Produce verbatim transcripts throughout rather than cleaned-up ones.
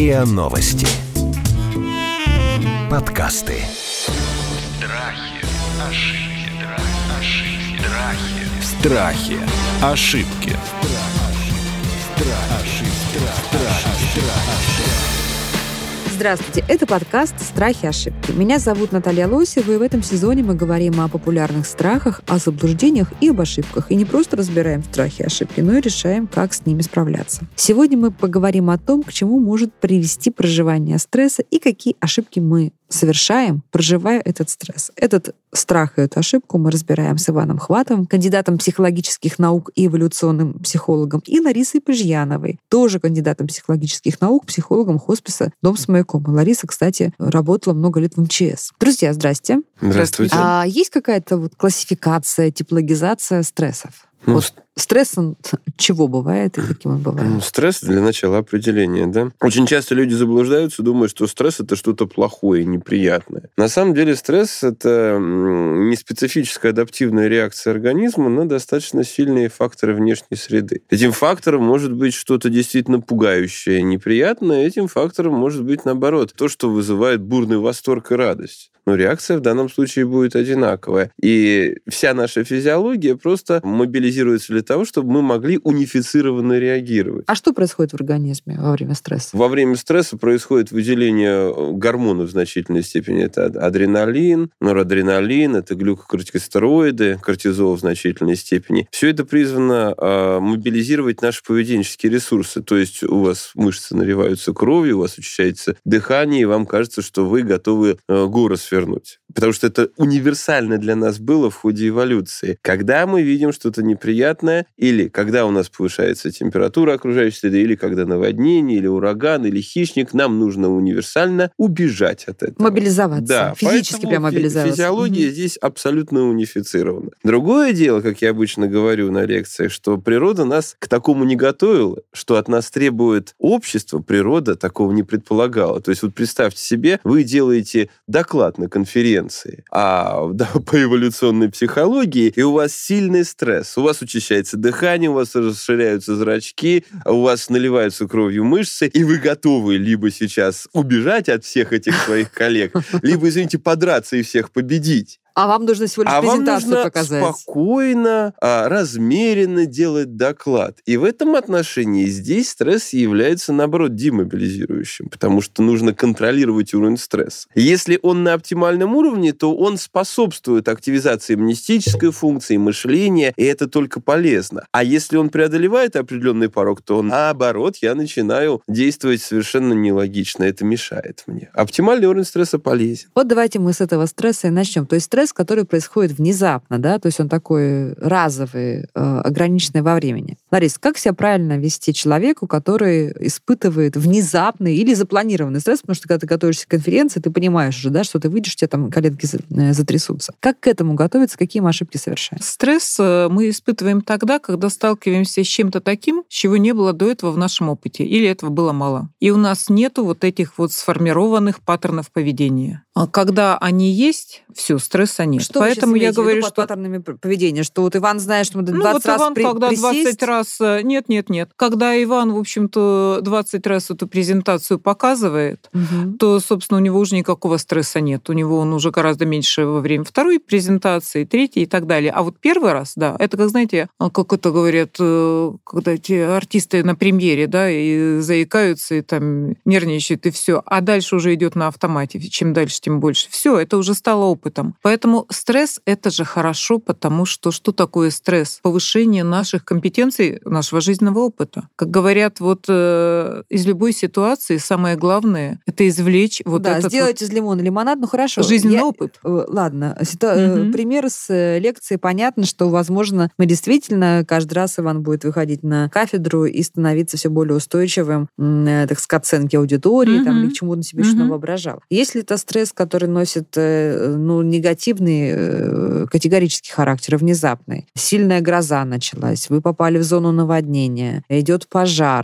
РИА Новости. Подкасты. Страхи, ошибки, ошибки, страхи. Страхи. Ошибки. Здравствуйте, это подкаст «Страхи и ошибки». Меня зовут Наталья Лосева, и в этом сезоне мы говорим о популярных страхах, о заблуждениях и об ошибках. И не просто разбираем страхи и ошибки, но и решаем, как с ними справляться. Сегодня мы поговорим о том, к чему может привести проживание стресса и какие ошибки мы совершаем, проживая этот стресс. Этот страх и эту ошибку мы разбираем с Иваном Хватовым, кандидатом психологических наук и эволюционным психологом, и Ларисой Пыжьяновой, тоже кандидатом психологических наук, психологом хосписа «Дом с маяком». И Лариса, кстати, работала много лет в эм че эс. Друзья, здрасте. Здравствуйте. А есть какая-то вот классификация, типологизация стрессов? Ну, вот стресс, он чего бывает и каким он бывает? Ну, стресс для начала определения, да? Очень часто люди заблуждаются, думая, что стресс – это что-то плохое, неприятное. На самом деле стресс – это не специфическая адаптивная реакция организма на достаточно сильные факторы внешней среды. Этим фактором может быть что-то действительно пугающее, неприятное, этим фактором может быть, наоборот, то, что вызывает бурный восторг и радость. Но реакция в данном случае будет одинаковая. И вся наша физиология просто мобилизируется для того, чтобы мы могли унифицированно реагировать. А что происходит в организме во время стресса? Во время стресса происходит выделение гормонов в значительной степени. Это адреналин, норадреналин, это глюкокортикостероиды, кортизол в значительной степени. Все это призвано э, мобилизировать наши поведенческие ресурсы. То есть у вас мышцы наливаются кровью, у вас учащается дыхание, и вам кажется, что вы готовы э, горы свернуть. Потому что это универсально для нас было в ходе эволюции. Когда мы видим что-то неприятное, или когда у нас повышается температура окружающей среды, или когда наводнение, или ураган, или хищник, нам нужно универсально убежать от этого. Мобилизоваться. Да, физически прям мобилизоваться. Физиология mm-hmm. здесь абсолютно унифицирована. Другое дело, как я обычно говорю на лекциях, что природа нас к такому не готовила, что от нас требует общество, природа такого не предполагала. То есть вот представьте себе, вы делаете доклад на конференции а, да, по эволюционной психологии, и у вас сильный стресс. У вас учащается дыхание, у вас расширяются зрачки, у вас наливаются кровью мышцы, и вы готовы либо сейчас убежать от всех этих своих коллег, либо, извините, подраться и всех победить. А вам нужно всего лишь а презентацию вам нужно показать. Спокойно, размеренно делать доклад. И в этом отношении здесь стресс является, наоборот, демобилизирующим, потому что нужно контролировать уровень стресса. Если он на оптимальном уровне, то он способствует активизации иммунистической функции, мышления, и это только полезно. А если он преодолевает определенный порог, то, наоборот, я начинаю действовать совершенно нелогично. Это мешает мне. Оптимальный уровень стресса полезен. Вот давайте мы с этого стресса и начнем. То есть стресс, который происходит внезапно, да, то есть он такой разовый, ограниченный во времени. Ларис, как себя правильно вести человеку, который испытывает внезапный или запланированный стресс, потому что когда ты готовишься к конференции, ты понимаешь уже, да, что ты выйдешь, у тебя там коленки затрясутся. Как к этэтому готовиться, какие мы ошибки совершаем? Стресс мы испытываем тогда, когда сталкиваемся с чем-то таким, чего не было до этого в нашем опыте, или этого было мало. И у нас нету вот этих вот сформированных паттернов поведения. А когда они есть, все, стресса нет. Что Поэтому я говорю, под что паттернами поведения, что вот Иван знает, что надо ну, двадцать вот раз Иван, при... когда присесть. двадцать раз... Нет, нет, нет. Когда Иван, в общем-то, двадцать раз эту презентацию показывает, угу. то, собственно, у него уже никакого стресса нет. У него он уже гораздо меньше во время второй презентации, третьей и так далее. А вот первый раз, да, это, как, знаете, как это говорят, когда эти артисты на премьере, да, и заикаются, и там нервничают, и все. А дальше уже идет на автомате. Чем дальше, тем больше. Все, это уже стало опытом. Поэтому стресс — это же хорошо, потому что что такое стресс? Повышение наших компетенций, нашего жизненного опыта. Как говорят, вот э, из любой ситуации самое главное — это извлечь вот да, этот... сделать вот из лимона лимонад, ну хорошо. Жизненный я... опыт. Ладно, ситу... угу. пример с лекции. Понятно, что, возможно, мы действительно каждый раз Иван будет выходить на кафедру и становиться все более устойчивым, так сказать, к оценке аудитории, угу. там, или к чему он себе угу. еще воображал. Если это стресс, который носит ну, негативный импульсивный, категорический характер, внезапный. Сильная гроза началась, вы попали в зону наводнения, идет пожар,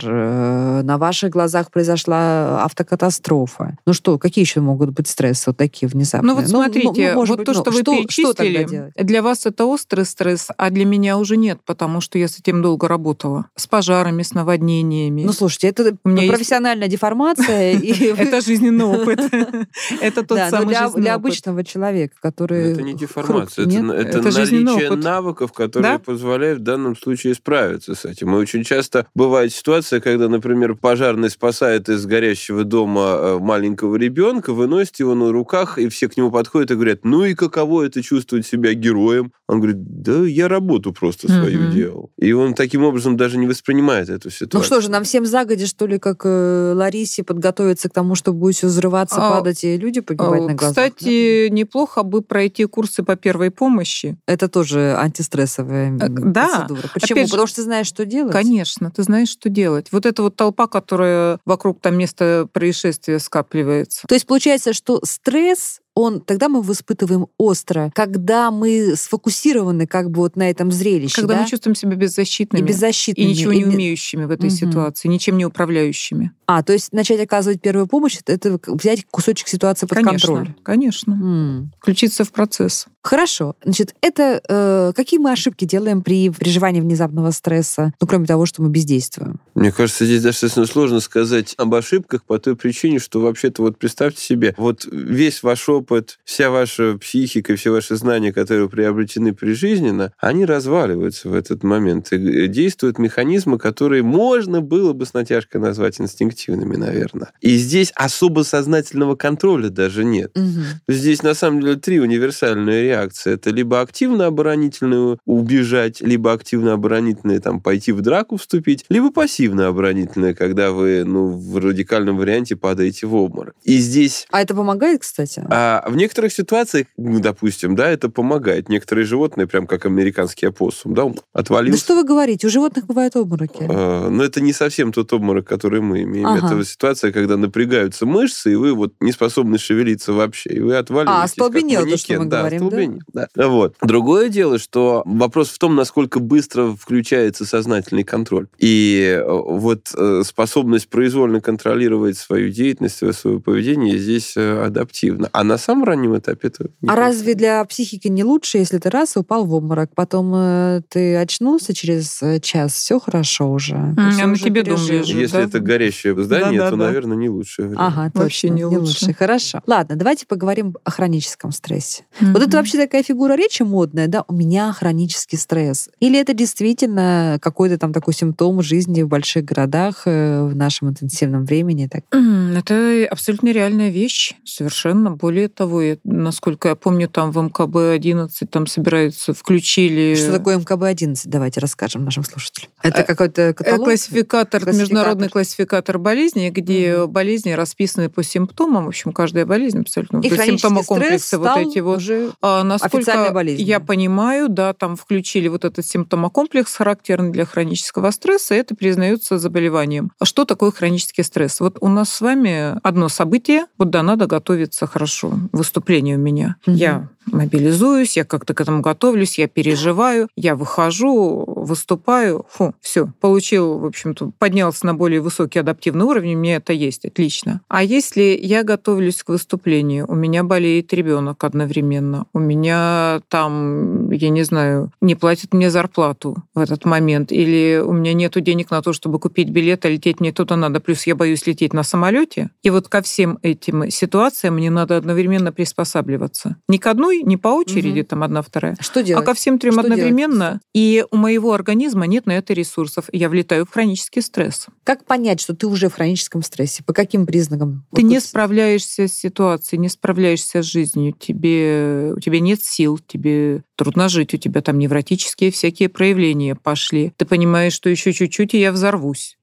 на ваших глазах произошла автокатастрофа. Ну что, какие еще могут быть стрессы вот такие внезапные? Ну вот смотрите, ну, вот быть, то, ну, что вы что, перечислили, что для вас это острый стресс, а для меня уже нет, потому что я с этим долго работала. С пожарами, с наводнениями. Ну, слушайте, это профессиональная есть... деформация. Это жизненный опыт. Это тот самый жизненный опыт. Для обычного человека, который... Это не деформация, это наличие навыков, которые позволяют в данном случае справиться с этим. И очень часто бывает ситуация, когда, например, пожарный спасает из горящего дома маленького ребенка, выносит его на руках, и все к нему подходят и говорят: ну и каково это чувствовать себя героем? Он говорит: да я работу просто свою mm-hmm. делал. И он таким образом даже не воспринимает эту ситуацию. Ну что же, нам всем загоди, что ли, как э, Ларисе, подготовиться к тому, что будет все взрываться, а, падать, и люди погибать а, на глазах? Кстати, да? Неплохо бы пройти курсы по первой помощи. Это тоже антистрессовая а, процедура. Да. Почему? Опять Потому же, что ты знаешь, что делать? Конечно, ты знаешь, что делать. Вот эта вот толпа, которая вокруг там места происшествия скапливается. То есть получается, что стресс, он, тогда мы его испытываем остро, когда мы сфокусированы как бы вот на этом зрелище. Когда да? мы чувствуем себя беззащитными. И беззащитными. И ничего не умеющими в этой угу. ситуации, ничем не управляющими. А, то есть начать оказывать первую помощь, это взять кусочек ситуации под конечно, контроль. Конечно, конечно. Включиться в процесс. Хорошо. Значит, это э, какие мы ошибки делаем при переживании внезапного стресса, ну, кроме того, что мы бездействуем? Мне кажется, здесь достаточно сложно сказать об ошибках по той причине, что вообще-то вот представьте себе, вот весь ваш опыт, вся ваша психика, все ваши знания, которые приобретены прижизненно, они разваливаются в этот момент. И действуют механизмы, которые можно было бы с натяжкой назвать инстинктивными, наверное. И здесь особо сознательного контроля даже нет. Угу. Здесь, на самом деле, три универсальные реакции. Это либо активно-оборонительную убежать, либо активно-оборонительная там пойти в драку вступить, либо пассивно-оборонительная, когда вы ну, в радикальном варианте падаете в обморок. И здесь... А это помогает, кстати? А в некоторых ситуациях, ну, допустим, да, это помогает. Некоторые животные, прям как американский опоссум, да, он отвалился. Да что вы говорите? У животных бывают обмороки. А, но это не совсем тот обморок, который мы имеем. Ага. Это ситуация, когда напрягаются мышцы, и вы вот не способны шевелиться вообще, и вы отваливаетесь. А, остолбенел, то, что мы да, говорим, да? Да. Вот. Другое дело, что вопрос в том, насколько быстро включается сознательный контроль. И вот способность произвольно контролировать свою деятельность, свое поведение здесь адаптивна. А на самом раннем этапе это... А разве для психики не лучше, если ты раз упал в обморок, потом э, ты очнулся через час, все хорошо уже? А на тебе дом лежит, Если да? это горящее здание, да, то, да, наверное, не лучшее время. Ага, вообще не, не лучше. лучше. Хорошо. Ладно, давайте поговорим о хроническом стрессе. Mm-hmm. Вот это вообще такая фигура речи модная, да? У меня хронический стресс. Или это действительно какой-то там такой симптом жизни в больших городах в нашем интенсивном времени? Так? Mm, это абсолютно реальная вещь. Совершенно. Более того, я, насколько я помню, там в эм ка бэ одиннадцать там собираются, включили... Что такое эм ка бэ одиннадцать? Давайте расскажем нашим слушателям. Это какой-то каталог? Классификатор, классификатор. Международный классификатор болезней, где mm-hmm. болезни расписаны по симптомам. В общем, каждая болезнь абсолютно. И симптомы комплекса вот эти вот. Уже а, насколько болезнь. Я понимаю, да, там включили вот этот симптомокомплекс, характерный для хронического стресса, и это признается заболеванием. А что такое хронический стресс? Вот у нас с вами одно событие, вот да, надо готовиться хорошо. Выступление у меня. Mm-hmm. Я мобилизуюсь, я как-то к этому готовлюсь, я переживаю, я выхожу, выступаю, фу, все, получил, в общем-то, поднялся на более высокий адаптивный уровень, у меня это есть, отлично. А если я готовлюсь к выступлению, у меня болеет ребенок одновременно, у меня там, я не знаю, не платят мне зарплату в этот момент, или у меня нету денег на то, чтобы купить билет, а лететь мне туда надо, плюс я боюсь лететь на самолете, и вот ко всем этим ситуациям мне надо одновременно приспосабливаться. Не к одной, не по очереди, угу. там одна, вторая, что делать? А ко всем трем что одновременно. Делать? И у моего организма нет на это ресурсов. Я влетаю в хронический стресс. Как понять, что ты уже в хроническом стрессе? По каким признакам? Ты вот не тут... справляешься с ситуацией, не справляешься с жизнью. Тебе, у тебя нет сил, тебе трудно жить, у тебя там невротические всякие проявления пошли. Ты понимаешь, что еще чуть-чуть, и я взорвусь.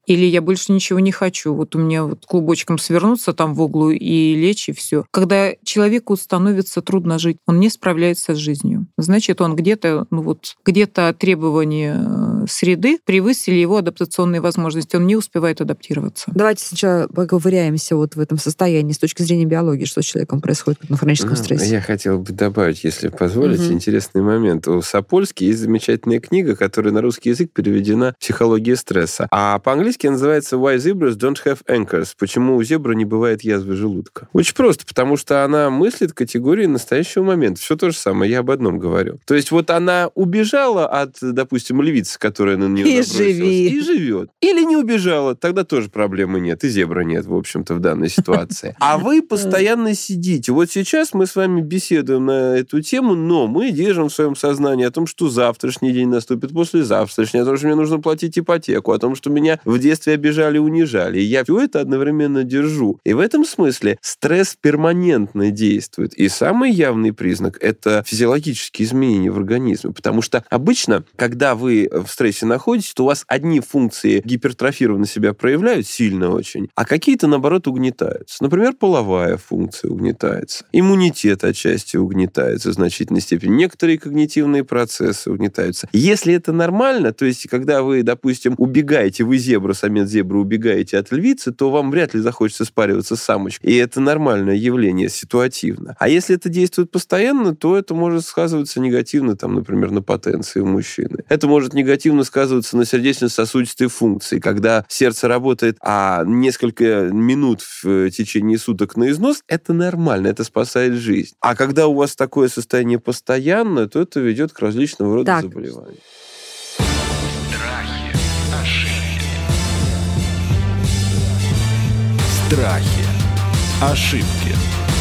Или я больше ничего не хочу. Вот у меня вот клубочком свернуться там в углу и лечь, и все. Когда человеку становится трудно жить, он не справляется с жизнью. Значит, он где-то, ну вот, где-то требования среды превысили его адаптационные возможности. Он не успевает адаптироваться. Давайте сначала поковыряемся вот в этом состоянии с точки зрения биологии, что с человеком происходит на хроническом ну, стрессе. Я хотел бы добавить, если позволите, угу. интересный момент. У Сапольски есть замечательная книга, которая на русский язык переведена «Психология стресса». А по-английски называется «Why zebras don't have anchors?» Почему у зебры не бывает язвы желудка? Очень просто, потому что она мыслит категории настоящего момента. Все то же самое, я об одном говорю. То есть вот она убежала от, допустим, львицы, которая на нее и набросилась, живи. и живет. Или не убежала, тогда тоже проблемы нет. И зебра нет, в общем-то, в данной ситуации. А вы постоянно сидите. Вот сейчас мы с вами беседуем на эту тему, но мы держим в своем сознании о том, что завтрашний день наступит, послезавтрашний, о том, что мне нужно платить ипотеку, о том, что меня в детстве обижали, унижали. И я все это одновременно держу. И в этом смысле стресс перманентно действует. И самый явный признак – это физиологические изменения в организме. Потому что обычно, когда вы в стрессе находитесь, то у вас одни функции гипертрофированно себя проявляют сильно очень, а какие-то, наоборот, угнетаются. Например, половая функция угнетается. Иммунитет отчасти угнетается в значительной степени. Некоторые когнитивные процессы угнетаются. Если это нормально, то есть, когда вы, допустим, убегаете, вы зебра, самец зебры, убегаете от львицы, то вам вряд ли захочется спариваться с самочкой. И это нормальное явление, ситуативно. А если это действует постоянно, то это может сказываться негативно, там, например, на потенции у мужчины. Это может негативно сказываться на сердечно-сосудистой функции, когда сердце работает, а несколько минут в течение суток на износ, это нормально, это спасает жизнь. А когда у вас такое состояние постоянно, то это ведет к различного рода так. заболеваниям. Страхи, ошибки. Страхи. Ошибки.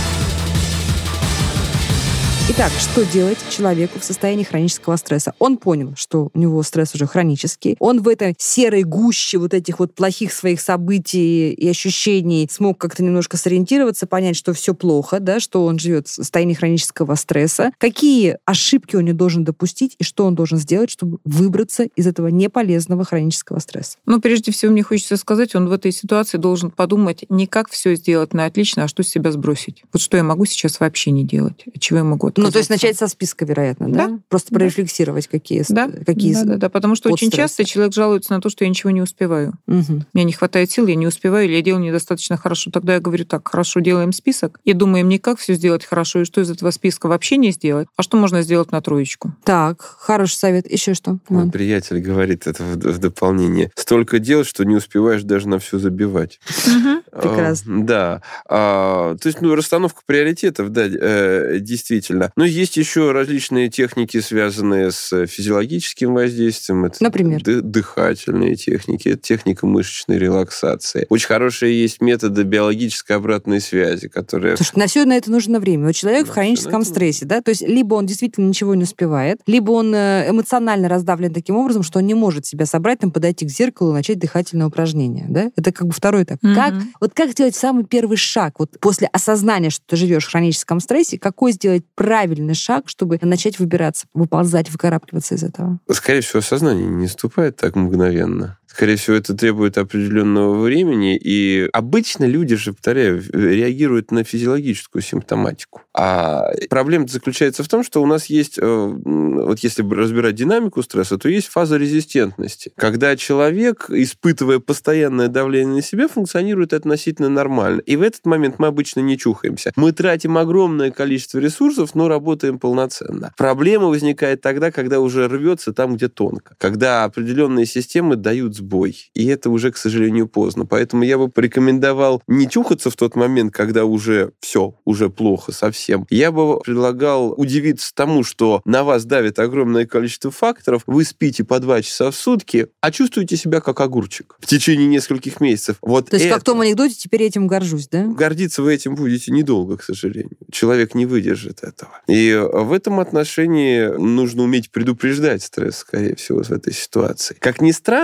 Итак, что делать человеку в состоянии хронического стресса? Он понял, что у него стресс уже хронический. Он в этой серой гуще вот этих вот плохих своих событий и ощущений смог как-то немножко сориентироваться, понять, что все плохо, да, что он живет в состоянии хронического стресса. Какие ошибки он не должен допустить и что он должен сделать, чтобы выбраться из этого неполезного хронического стресса? Ну, прежде всего, мне хочется сказать, он в этой ситуации должен подумать не как все сделать на отлично, а что с себя сбросить. Вот что я могу сейчас вообще не делать, от чего я могу отказаться. Ну, то есть начать со списка, вероятно, да? Да. Просто Да. прорефлексировать, какие... Да, какие да, да, да, потому что очень подстрессы. часто человек жалуется на то, что я ничего не успеваю. Угу. Мне не хватает сил, я не успеваю, или я делаю недостаточно хорошо. Тогда я говорю так, хорошо, делаем список, и думаем не как все сделать хорошо, и что из этого списка вообще не сделать, а что можно сделать на троечку. Так, хороший совет. Еще что? Мой приятель говорит это в, в дополнение. Столько дел, что не успеваешь даже на все забивать. Прекрасно. А, да. А, то есть, ну, расстановка приоритетов, да, э, действительно. Но есть еще различные техники, связанные с физиологическим воздействием. Это Например? ды- дыхательные техники, это техника мышечной релаксации. Очень хорошие есть методы биологической обратной связи, которые... Слушай, на все на это нужно время. Вот человек На в хроническом всё на это стрессе, да, то есть либо он действительно ничего не успевает, либо он э, эмоционально раздавлен таким образом, что он не может себя собрать, там, подойти к зеркалу и начать дыхательное упражнение, да? Это как бы второй так. Мгм. Как, вот как сделать самый первый шаг? Вот после осознания, что ты живешь в хроническом стрессе, какой сделать правильный шаг, чтобы начать выбираться, выползать, выкарабкиваться из этого? Скорее всего, сознание не наступает так мгновенно. Скорее всего, это требует определенного времени, и обычно люди же, повторяю, реагируют на физиологическую симптоматику. А проблема заключается в том, что у нас есть, вот если разбирать динамику стресса, то есть фаза резистентности, когда человек, испытывая постоянное давление на себя, функционирует относительно нормально. И в этот момент мы обычно не чухаемся. Мы тратим огромное количество ресурсов, но работаем полноценно. Проблема возникает тогда, когда уже рвется там, где тонко, когда определенные системы дают сбой. И это уже, к сожалению, поздно. Поэтому я бы порекомендовал не чухаться в тот момент, когда уже все, уже плохо совсем. Я бы предлагал удивиться тому, что на вас давит огромное количество факторов, вы спите по два часа в сутки, а чувствуете себя как огурчик в течение нескольких месяцев. Вот То есть, это... как в том анекдоте, теперь я этим горжусь, да? Гордиться вы этим будете недолго, к сожалению. Человек не выдержит этого. И в этом отношении нужно уметь предупреждать стресс, скорее всего, в этой ситуации. Как ни странно, это очень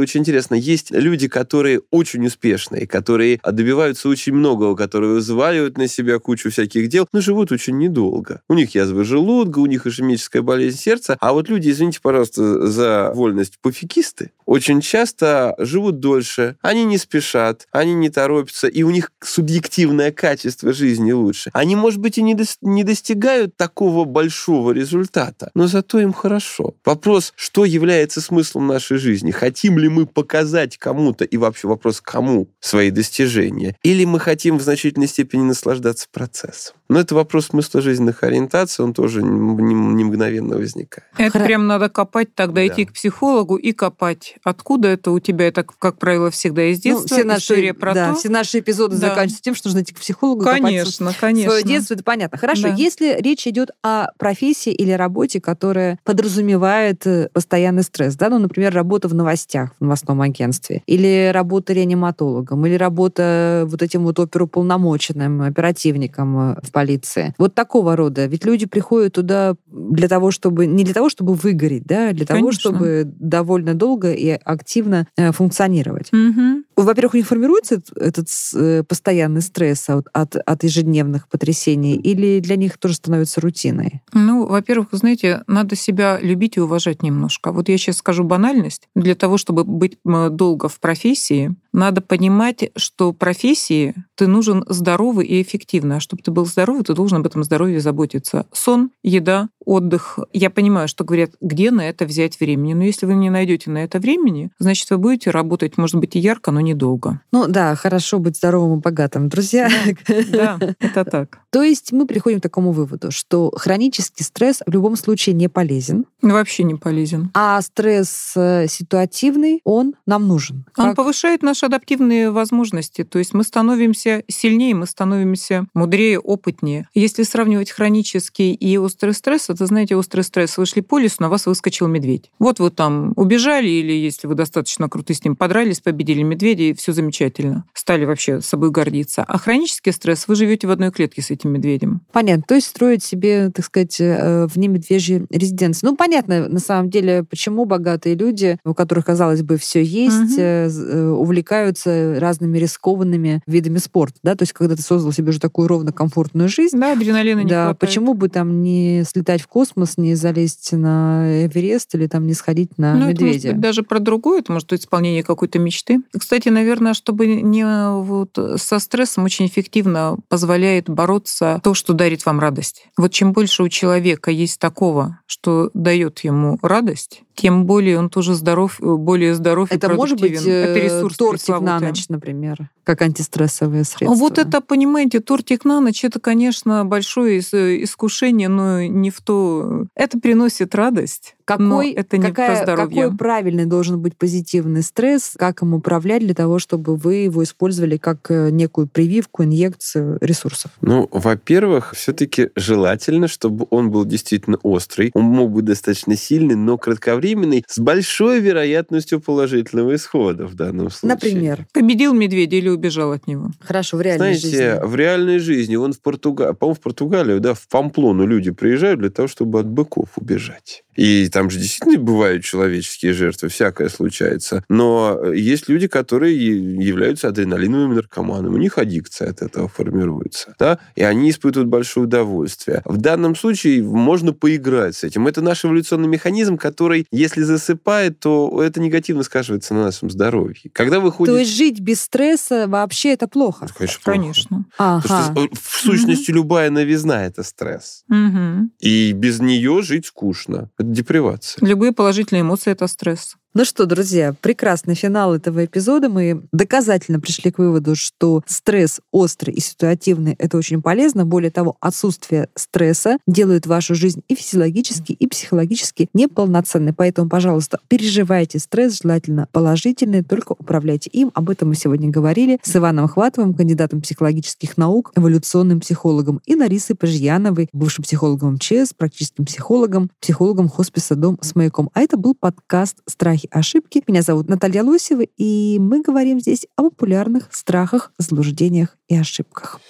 очень интересно. Есть люди, которые очень успешные, которые добиваются очень многого, которые взваливают на себя кучу всяких дел, но живут очень недолго. У них язва желудка, у них ишемическая болезнь сердца. А вот люди, извините, пожалуйста, за вольность, пофигисты, очень часто живут дольше, они не спешат, они не торопятся, и у них субъективное качество жизни лучше. Они, может быть, и не, до, не достигают такого большого результата, но зато им хорошо. Вопрос, что является смыслом нашей жизни? Хотим ли мы показать кому-то, и вообще вопрос, кому свои достижения? Или мы хотим в значительной степени наслаждаться процессом? Но это вопрос смысла жизненных ориентаций, он тоже не, не мгновенно возникает. Это Хра... прям надо копать тогда, да. Идти к психологу и копать. Откуда это у тебя? Это, как правило, всегда из детства. Ну, все наши, история про да, то. все наши эпизоды да. заканчиваются тем, что нужно идти к психологу. Конечно, конечно. Свое детство, это понятно. Хорошо, да. Если речь идет о профессии или работе, которая подразумевает постоянный стресс, да, ну, например, работа в новостях, в новостном агентстве, или работа реаниматологом, или работа вот этим вот оперуполномоченным оперативником в полиции. Вот такого рода. Ведь люди приходят туда для того, чтобы... Не для того, чтобы выгореть, да, а для Конечно. того, чтобы довольно долго и активно функционировать. Угу. Во-первых, у них формируется этот постоянный стресс от, от, от ежедневных потрясений, или для них тоже становится рутиной? Ну, во-первых, знаете, надо себя любить и уважать немножко. Вот я сейчас скажу банальность. Для того, чтобы быть долго в профессии, надо понимать, что профессии ты нужен здоровый и эффективный. А чтобы ты был здоровый, ты должен об этом здоровье заботиться. Сон, еда, отдых. Я понимаю, что говорят, где на это взять времени. Но если вы не найдете на это времени, значит, вы будете работать, может быть, и ярко, но недолго. Ну да, хорошо быть здоровым и богатым, друзья. Да, это так. То есть мы приходим к такому выводу, что хронический стресс в любом случае не полезен. Вообще не полезен. А стресс ситуативный, он нам нужен. Он как... повышает наши адаптивные возможности. То есть мы становимся сильнее, мы становимся мудрее, опытнее. Если сравнивать хронический и острый стресс, это, знаете, острый стресс. Вы шли по лесу, на вас выскочил медведь. Вот вы там убежали, или если вы достаточно круты с ним подрались, победили медведя, и все замечательно. Стали вообще собой гордиться. А хронический стресс, вы живете в одной клетке с этим медведем. Понятно. То есть строить себе, так сказать, вне медвежьей резиденции. Ну, понятно, на самом деле, почему богатые люди, у которых, казалось бы, все есть, угу. увлекаются разными рискованными видами спорта. Да? То есть, когда ты создал себе уже такую ровно комфортную жизнь. Да, адреналина не да, хватает. Почему бы там не слетать в космос, не залезть на Эверест или там не сходить на ну, медведя? Это может быть даже про другое, это может быть исполнение какой-то мечты. Кстати, наверное, чтобы не вот со стрессом очень эффективно позволяет бороться то, что дарит вам радость. Вот чем больше у человека есть такого, что дает ему радость, тем более он тоже здоров, более здоров это и продуктивен. Может быть, это ресурс тортик на ночь, например, как антистрессовое средство. Вот это, понимаете, тортик на ночь, это, конечно, большое искушение, но не в то... Это приносит радость, какой, но это не какая, про здоровье. Какой правильный должен быть позитивный стресс, как им управлять для того, чтобы вы его использовали как некую прививку, инъекцию ресурсов? Ну, во-первых, все-таки желательно, чтобы он был действительно острый. Он мог быть достаточно сильный, но кратковременный, с большой вероятностью положительного исхода в данном случае. Например? Победил медведя или убежал от него? Хорошо, в реальной Знаете, жизни. Знаете, в реальной жизни, вон в Португалии, по-моему, в Португалию, да, в Памплону люди приезжают для того, чтобы от быков убежать. И там же действительно бывают человеческие жертвы, всякое случается. Но есть люди, которые являются адреналиновыми наркоманами. У них аддикция от этого формируется. Да? И они испытывают большое удовольствие. В данном случае можно поиграть с этим. Это наш эволюционный механизм, который, если засыпает, то это негативно сказывается на нашем здоровье. Когда вы ходите... То есть жить без стресса вообще это плохо? Это, конечно, конечно. Ага. Потому что, в сущности, угу. любая новизна — это стресс. Угу. И без нее жить скучно. Это депривация. Любые положительные эмоции — это стресс. Ну что, друзья, прекрасный финал этого эпизода. Мы доказательно пришли к выводу, что стресс острый и ситуативный — это очень полезно. Более того, отсутствие стресса делает вашу жизнь и физиологически, и психологически неполноценной. Поэтому, пожалуйста, переживайте стресс, желательно положительный, только управляйте им. Об этом мы сегодня говорили с Иваном Хватовым, кандидатом психологических наук, эволюционным психологом, и Ларисой Пажьяновой, бывшим психологом МЧС, практическим психологом, психологом хосписа «Дом с маяком». А это был подкаст «Страхи, ошибки». Меня зовут Наталья Лосева, и мы говорим здесь о популярных страхах, заблуждениях и ошибках.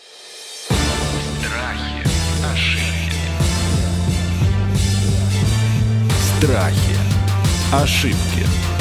Страхи, ошибки. Страхи, ошибки.